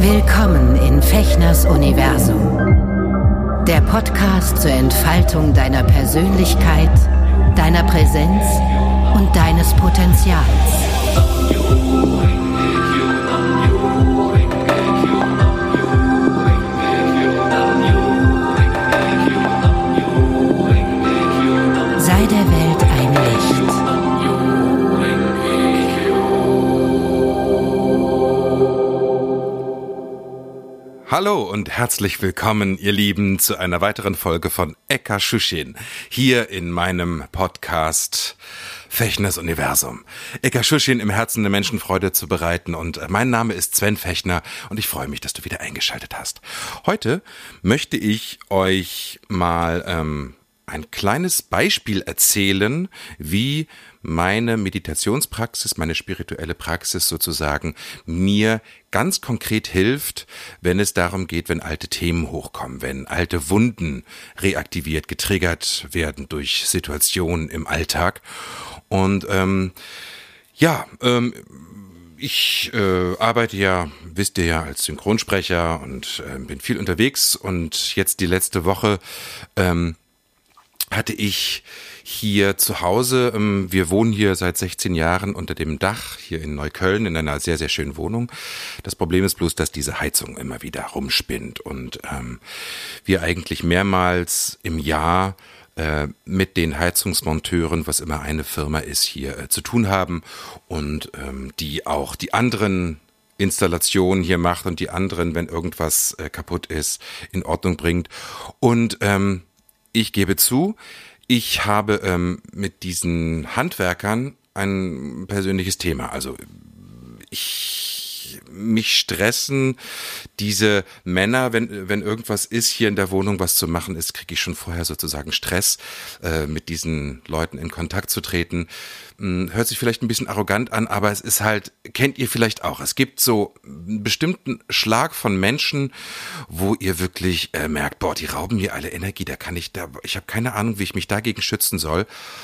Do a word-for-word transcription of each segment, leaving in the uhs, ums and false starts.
Willkommen in Fechners Universum. Der Podcast zur Entfaltung deiner Persönlichkeit, deiner Präsenz und deines Potenzials. Sei der Welt ein Licht. Hallo und herzlich willkommen, ihr Lieben, zu einer weiteren Folge von Eka Schuschin, hier in meinem Podcast Fechners Universum. Eka Schuschin im Herzen der Menschen Freude zu bereiten, und mein Name ist Sven Fechner und ich freue mich, dass du wieder eingeschaltet hast. Heute möchte ich euch mal ähm, ein kleines Beispiel erzählen, wie meine Meditationspraxis, meine spirituelle Praxis sozusagen mir ganz konkret hilft, wenn es darum geht, wenn alte Themen hochkommen, wenn alte Wunden reaktiviert, getriggert werden durch Situationen im Alltag. Und ähm, ja, ähm, ich äh, arbeite ja, wisst ihr ja, als Synchronsprecher und äh, bin viel unterwegs, und jetzt die letzte Woche ähm, hatte ich hier zu Hause, ähm, wir wohnen hier seit sechzehn Jahren unter dem Dach hier in Neukölln in einer sehr, sehr schönen Wohnung. Das Problem ist bloß, dass diese Heizung immer wieder rumspinnt und ähm, wir eigentlich mehrmals im Jahr äh, mit den Heizungsmonteuren, was immer eine Firma ist, hier äh, zu tun haben, und ähm, die auch die anderen Installationen hier macht und die anderen, wenn irgendwas äh, kaputt ist, in Ordnung bringt. Und ähm, ich gebe zu, ich habe ähm, mit diesen Handwerkern ein persönliches Thema. Also ich, mich stressen diese Männer, wenn wenn irgendwas ist hier in der Wohnung, was zu machen ist, kriege ich schon vorher sozusagen Stress, äh, mit diesen Leuten in Kontakt zu treten. Hört sich vielleicht ein bisschen arrogant an, aber es ist halt, kennt ihr vielleicht auch, es gibt so einen bestimmten Schlag von Menschen, wo ihr wirklich äh, merkt, boah, die rauben mir alle Energie, da kann ich, da, ich habe keine Ahnung, wie ich mich dagegen schützen soll.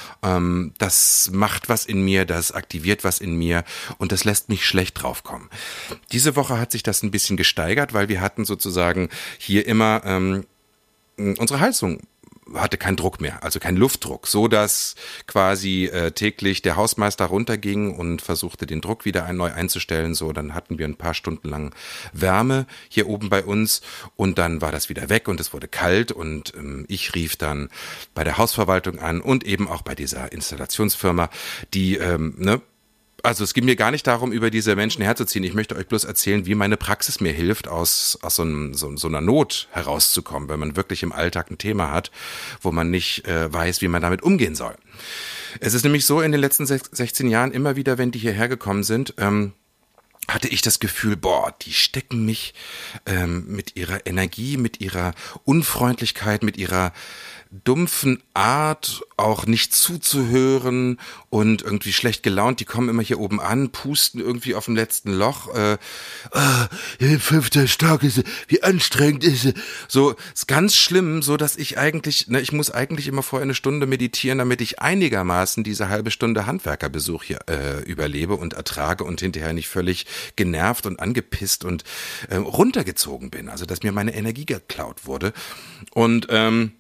Ähm, das macht was in mir, das aktiviert was in mir, und das lässt mich schlecht draufkommen. Diese Woche hat sich das ein bisschen gesteigert, weil wir hatten sozusagen hier immer ähm, unsere Heizung hatte keinen Druck mehr, also keinen Luftdruck, so dass quasi äh, täglich der Hausmeister runterging und versuchte, den Druck wieder ein, neu einzustellen. So, dann hatten wir ein paar Stunden lang Wärme hier oben bei uns, und dann war das wieder weg und es wurde kalt, und ähm, ich rief dann bei der Hausverwaltung an und eben auch bei dieser Installationsfirma, die, ähm, ne, also es ging mir gar nicht darum, über diese Menschen herzuziehen. Ich möchte euch bloß erzählen, wie meine Praxis mir hilft, aus aus so, einem, so, so einer Not herauszukommen, wenn man wirklich im Alltag ein Thema hat, wo man nicht äh, weiß, wie man damit umgehen soll. Es ist nämlich so, in den letzten sechzehn Jahren, immer wieder, wenn die hierher gekommen sind, ähm, hatte ich das Gefühl, boah, die stecken mich ähm, mit ihrer Energie, mit ihrer Unfreundlichkeit, mit ihrer dumpfen Art auch nicht zuzuhören und irgendwie schlecht gelaunt. Die kommen immer hier oben an, pusten irgendwie auf dem letzten Loch. Äh, ah, fünfter Stock ist, wie anstrengend ist es. So, ist ganz schlimm, so dass ich eigentlich, ne, ich muss eigentlich immer vorher eine Stunde meditieren, damit ich einigermaßen diese halbe Stunde Handwerkerbesuch hier äh, überlebe und ertrage und hinterher nicht völlig genervt und angepisst und äh, runtergezogen bin. Also, dass mir meine Energie geklaut wurde. Und ähm,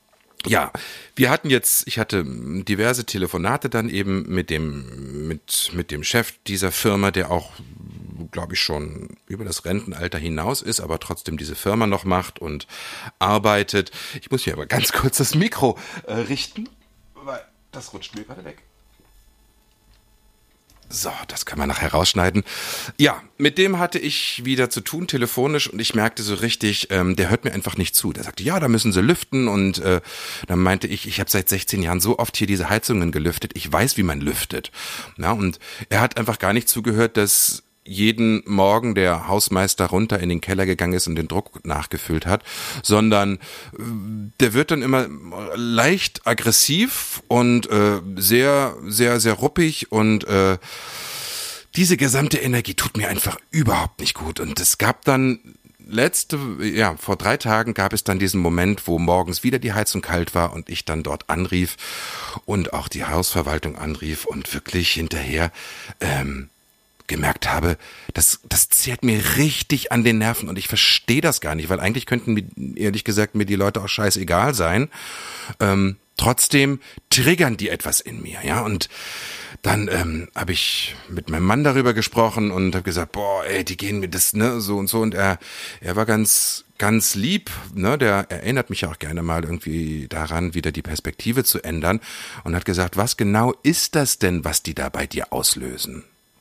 ja, wir hatten jetzt, ich hatte diverse Telefonate dann eben mit dem mit mit dem Chef dieser Firma, der auch, glaube ich, schon über das Rentenalter hinaus ist, aber trotzdem diese Firma noch macht und arbeitet. Ich muss hier aber ganz kurz das Mikro äh, richten, weil das rutscht mir gerade weg. So, das kann man nachher rausschneiden. Ja, mit dem hatte ich wieder zu tun, telefonisch, und ich merkte so richtig, ähm, der hört mir einfach nicht zu. Der sagte, ja, da müssen sie lüften, und äh, dann meinte ich, ich habe seit sechzehn Jahren so oft hier diese Heizungen gelüftet, ich weiß, wie man lüftet. Na, und er hat einfach gar nicht zugehört, dass jeden Morgen der Hausmeister runter in den Keller gegangen ist und den Druck nachgefüllt hat, sondern der wird dann immer leicht aggressiv und äh, sehr, sehr, sehr ruppig, und äh, diese gesamte Energie tut mir einfach überhaupt nicht gut. Und es gab dann letzte, ja, vor drei Tagen gab es dann diesen Moment, wo morgens wieder die Heizung kalt war und ich dann dort anrief und auch die Hausverwaltung anrief und wirklich hinterher ähm, gemerkt habe, das, das zehrt mir richtig an den Nerven und ich verstehe das gar nicht, weil eigentlich könnten mir, ehrlich gesagt, mir die Leute auch scheißegal sein. Ähm, trotzdem triggern die etwas in mir, ja, und dann ähm, habe ich mit meinem Mann darüber gesprochen und habe gesagt, boah, ey, die gehen mir das, ne, so und so, und er, er war ganz, ganz lieb, ne, der erinnert mich auch gerne mal irgendwie daran, wieder die Perspektive zu ändern und hat gesagt, was genau ist das denn, was die da bei dir auslösen?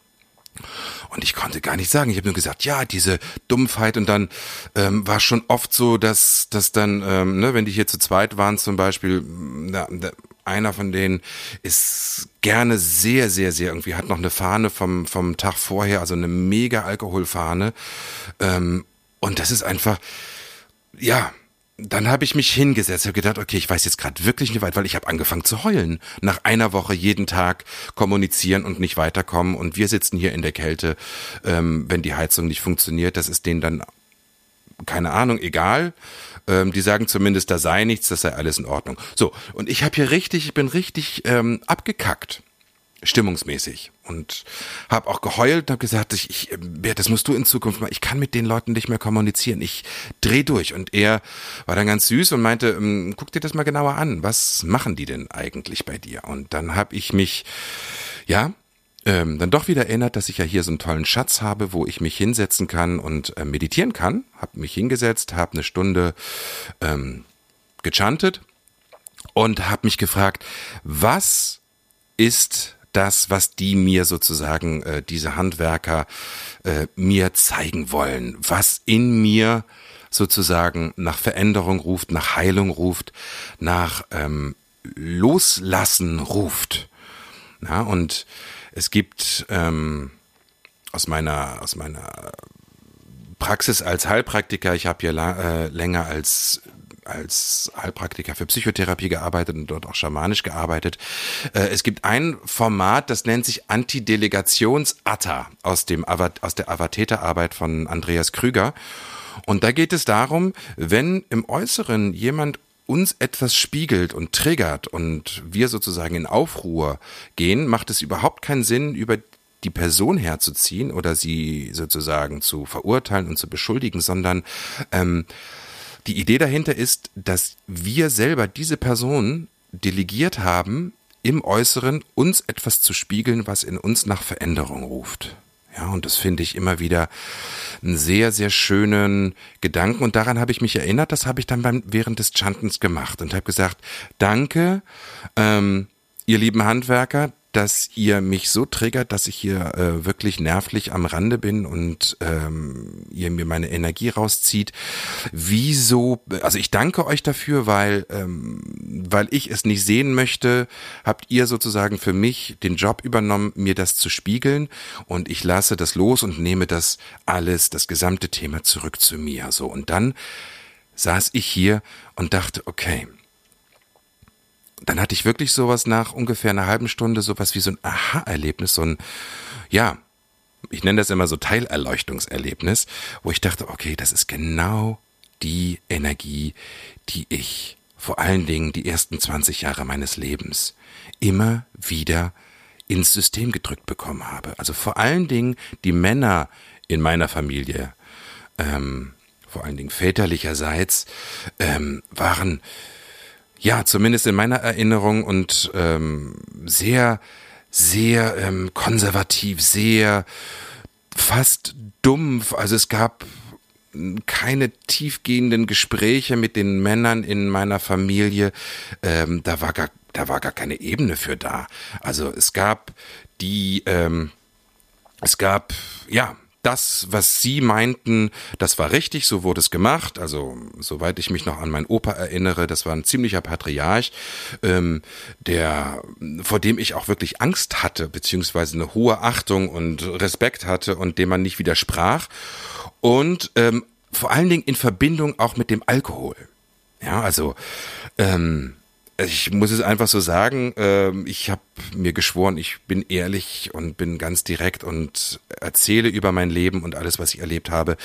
Und ich konnte gar nicht sagen. Ich habe nur gesagt, ja, diese Dumpfheit. Und dann ähm, war schon oft so, dass, dass dann, ähm, ne, wenn die hier zu zweit waren zum Beispiel, na, einer von denen ist gerne sehr, sehr, sehr irgendwie, hat noch eine Fahne vom, vom Tag vorher, also eine mega Alkoholfahne. Ähm, und das ist einfach, ja, dann habe ich mich hingesetzt, habe gedacht, okay, ich weiß jetzt gerade wirklich nicht weit, weil ich habe angefangen zu heulen. Nach einer Woche jeden Tag kommunizieren und nicht weiterkommen und wir sitzen hier in der Kälte, ähm, wenn die Heizung nicht funktioniert, das ist denen dann, keine Ahnung, egal. Ähm, die sagen zumindest, da sei nichts, das sei alles in Ordnung. So, und ich habe hier richtig, ich bin richtig ähm, abgekackt. Stimmungsmäßig und habe auch geheult und habe gesagt, ich, ich, Bert, das musst du in Zukunft machen, ich kann mit den Leuten nicht mehr kommunizieren, ich dreh durch. Und er war dann ganz süß und meinte, guck dir das mal genauer an, was machen die denn eigentlich bei dir? Und dann habe ich mich, ja, ähm, dann doch wieder erinnert, dass ich ja hier so einen tollen Schatz habe, wo ich mich hinsetzen kann und äh, meditieren kann. Habe mich hingesetzt, habe eine Stunde ähm, gechantet und habe mich gefragt, was ist das, was die mir sozusagen, äh, diese Handwerker, äh, mir zeigen wollen, was in mir sozusagen nach Veränderung ruft, nach Heilung ruft, nach ähm, Loslassen ruft. Ja, und es gibt ähm, aus meiner aus meiner Praxis als Heilpraktiker, ich habe ja la- äh, länger als als Heilpraktiker für Psychotherapie gearbeitet und dort auch schamanisch gearbeitet. Äh, es gibt ein Format, das nennt sich Antidelegations-Atta aus dem aus der Avatheta-Arbeit von Andreas Krüger. Und da geht es darum, wenn im Äußeren jemand uns etwas spiegelt und triggert und wir sozusagen in Aufruhr gehen, macht es überhaupt keinen Sinn, über die Person herzuziehen oder sie sozusagen zu verurteilen und zu beschuldigen, sondern ähm, die Idee dahinter ist, dass wir selber diese Person delegiert haben, im Äußeren uns etwas zu spiegeln, was in uns nach Veränderung ruft. Ja, und das finde ich immer wieder einen sehr, sehr schönen Gedanken. Und daran habe ich mich erinnert, das habe ich dann beim, während des Chantens gemacht und habe gesagt, danke, ähm, ihr lieben Handwerker, dass ihr mich so triggert, dass ich hier äh, wirklich nervlich am Rande bin und ähm, ihr mir meine Energie rauszieht. Wieso, also ich danke euch dafür, weil ähm, weil ich es nicht sehen möchte, habt ihr sozusagen für mich den Job übernommen, mir das zu spiegeln und ich lasse das los und nehme das alles, das gesamte Thema zurück zu mir. So, und dann saß ich hier und dachte, okay, dann hatte ich wirklich sowas nach ungefähr einer halben Stunde, sowas wie so ein Aha-Erlebnis, so ein, ja, ich nenne das immer so Teilerleuchtungserlebnis, wo ich dachte, okay, das ist genau die Energie, die ich vor allen Dingen die ersten zwanzig Jahre meines Lebens immer wieder ins System gedrückt bekommen habe. Also vor allen Dingen die Männer in meiner Familie, ähm, vor allen Dingen väterlicherseits, ähm, waren ja, zumindest in meiner Erinnerung und ähm, sehr, sehr ähm, konservativ, sehr fast dumpf. Also es gab keine tiefgehenden Gespräche mit den Männern in meiner Familie. Ähm, da war gar, da war gar keine Ebene für da. Also es gab die, ähm, es gab, ja, das, was sie meinten, das war richtig, so wurde es gemacht. Also soweit ich mich noch an meinen Opa erinnere, das war ein ziemlicher Patriarch, ähm, der, vor dem ich auch wirklich Angst hatte, beziehungsweise eine hohe Achtung und Respekt hatte und dem man nicht widersprach. Und ähm, vor allen Dingen in Verbindung auch mit dem Alkohol. Ja, also ähm, ich muss es einfach so sagen, ich habe mir geschworen, ich bin ehrlich und bin ganz direkt und erzähle über mein Leben und alles, was ich erlebt habe.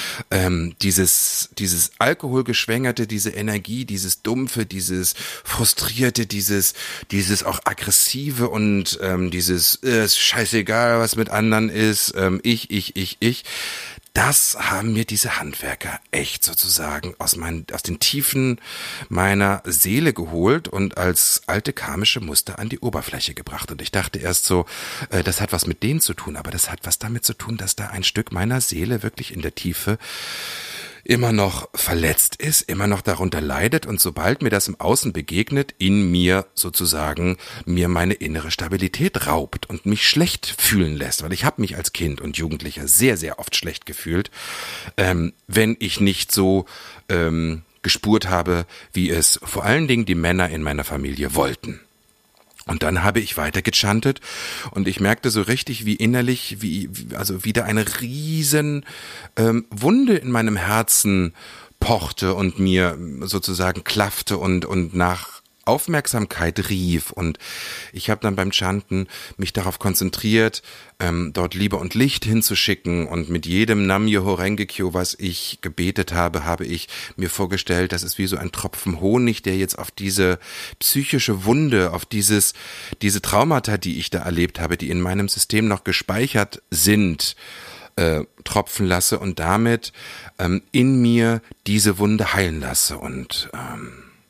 Dieses, dieses Alkoholgeschwängerte, diese Energie, dieses Dumpfe, dieses Frustrierte, dieses, dieses auch Aggressive und dieses äh, ist scheißegal, was mit anderen ist, ich, ich, ich, ich. Das haben mir diese Handwerker echt sozusagen aus meinen, aus den Tiefen meiner Seele geholt und als alte karmische Muster an die Oberfläche gebracht. Und ich dachte erst so, äh, das hat was mit denen zu tun, aber das hat was damit zu tun, dass da ein Stück meiner Seele wirklich in der Tiefe immer noch verletzt ist, immer noch darunter leidet und sobald mir das im Außen begegnet, in mir sozusagen mir meine innere Stabilität raubt und mich schlecht fühlen lässt, weil ich habe mich als Kind und Jugendlicher sehr, sehr oft schlecht gefühlt, ähm, wenn ich nicht so ähm, gespurt habe, wie es vor allen Dingen die Männer in meiner Familie wollten. Und dann habe ich weiter gechantet und ich merkte so richtig, wie innerlich, wie also wieder eine riesen ähm, Wunde in meinem Herzen pochte und mir sozusagen klaffte und und nach Aufmerksamkeit rief. Und ich habe dann beim Chanten mich darauf konzentriert, ähm, dort Liebe und Licht hinzuschicken. Und mit jedem Nam-Myoho Renge-Kyo, was ich gebetet habe, habe ich mir vorgestellt, das ist wie so ein Tropfen Honig, der jetzt auf diese psychische Wunde, auf dieses diese Traumata, die ich da erlebt habe, die in meinem System noch gespeichert sind, äh, tropfen lasse und damit ähm, in mir diese Wunde heilen lasse. Und ähm,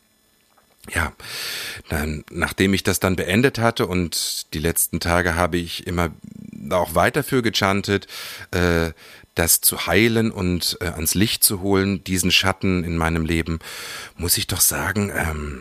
Ja, dann, nachdem ich das dann beendet hatte und die letzten Tage habe ich immer auch weiter für gechantet, äh, das zu heilen und äh, ans Licht zu holen, diesen Schatten in meinem Leben, muss ich doch sagen, ähm,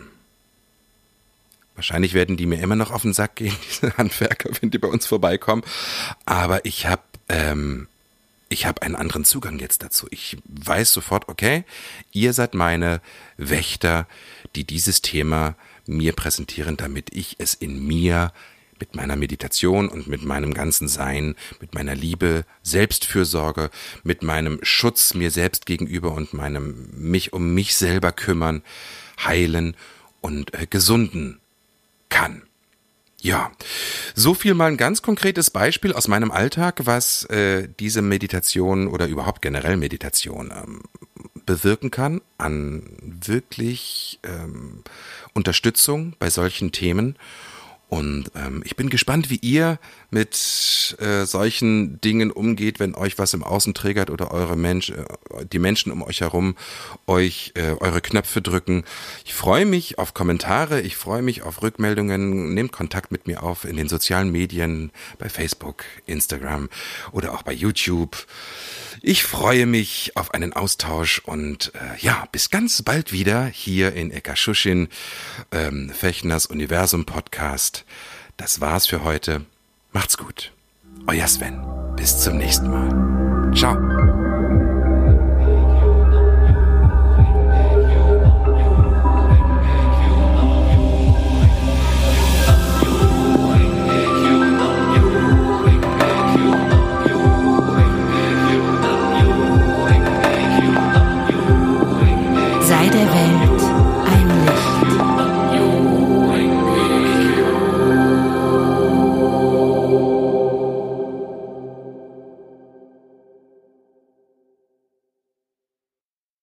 wahrscheinlich werden die mir immer noch auf den Sack gehen, diese Handwerker, wenn die bei uns vorbeikommen, aber ich habe ähm, Ich habe einen anderen Zugang jetzt dazu. Ich weiß sofort, okay, ihr seid meine Wächter, die dieses Thema mir präsentieren, damit ich es in mir mit meiner Meditation und mit meinem ganzen Sein, mit meiner Liebe, Selbstfürsorge, mit meinem Schutz mir selbst gegenüber und meinem mich um mich selber kümmern, heilen und äh, gesunden kann. Ja, so viel mal ein ganz konkretes Beispiel aus meinem Alltag, was äh, diese Meditation oder überhaupt generell Meditation ähm, bewirken kann an wirklich ähm, Unterstützung bei solchen Themen. Und ähm, ich bin gespannt, wie ihr mit äh, solchen Dingen umgeht, wenn euch was im Außen triggert oder eure Mensch, äh, die Menschen um euch herum euch äh, eure Knöpfe drücken. Ich freue mich auf Kommentare, ich freue mich auf Rückmeldungen. Nehmt Kontakt mit mir auf in den sozialen Medien, bei Facebook, Instagram oder auch bei YouTube. Ich freue mich auf einen Austausch und äh, ja, bis ganz bald wieder hier in Ekashushin, ähm, Fechners Universum Podcast. Das war's für heute. Macht's gut. Euer Sven. Bis zum nächsten Mal. Ciao.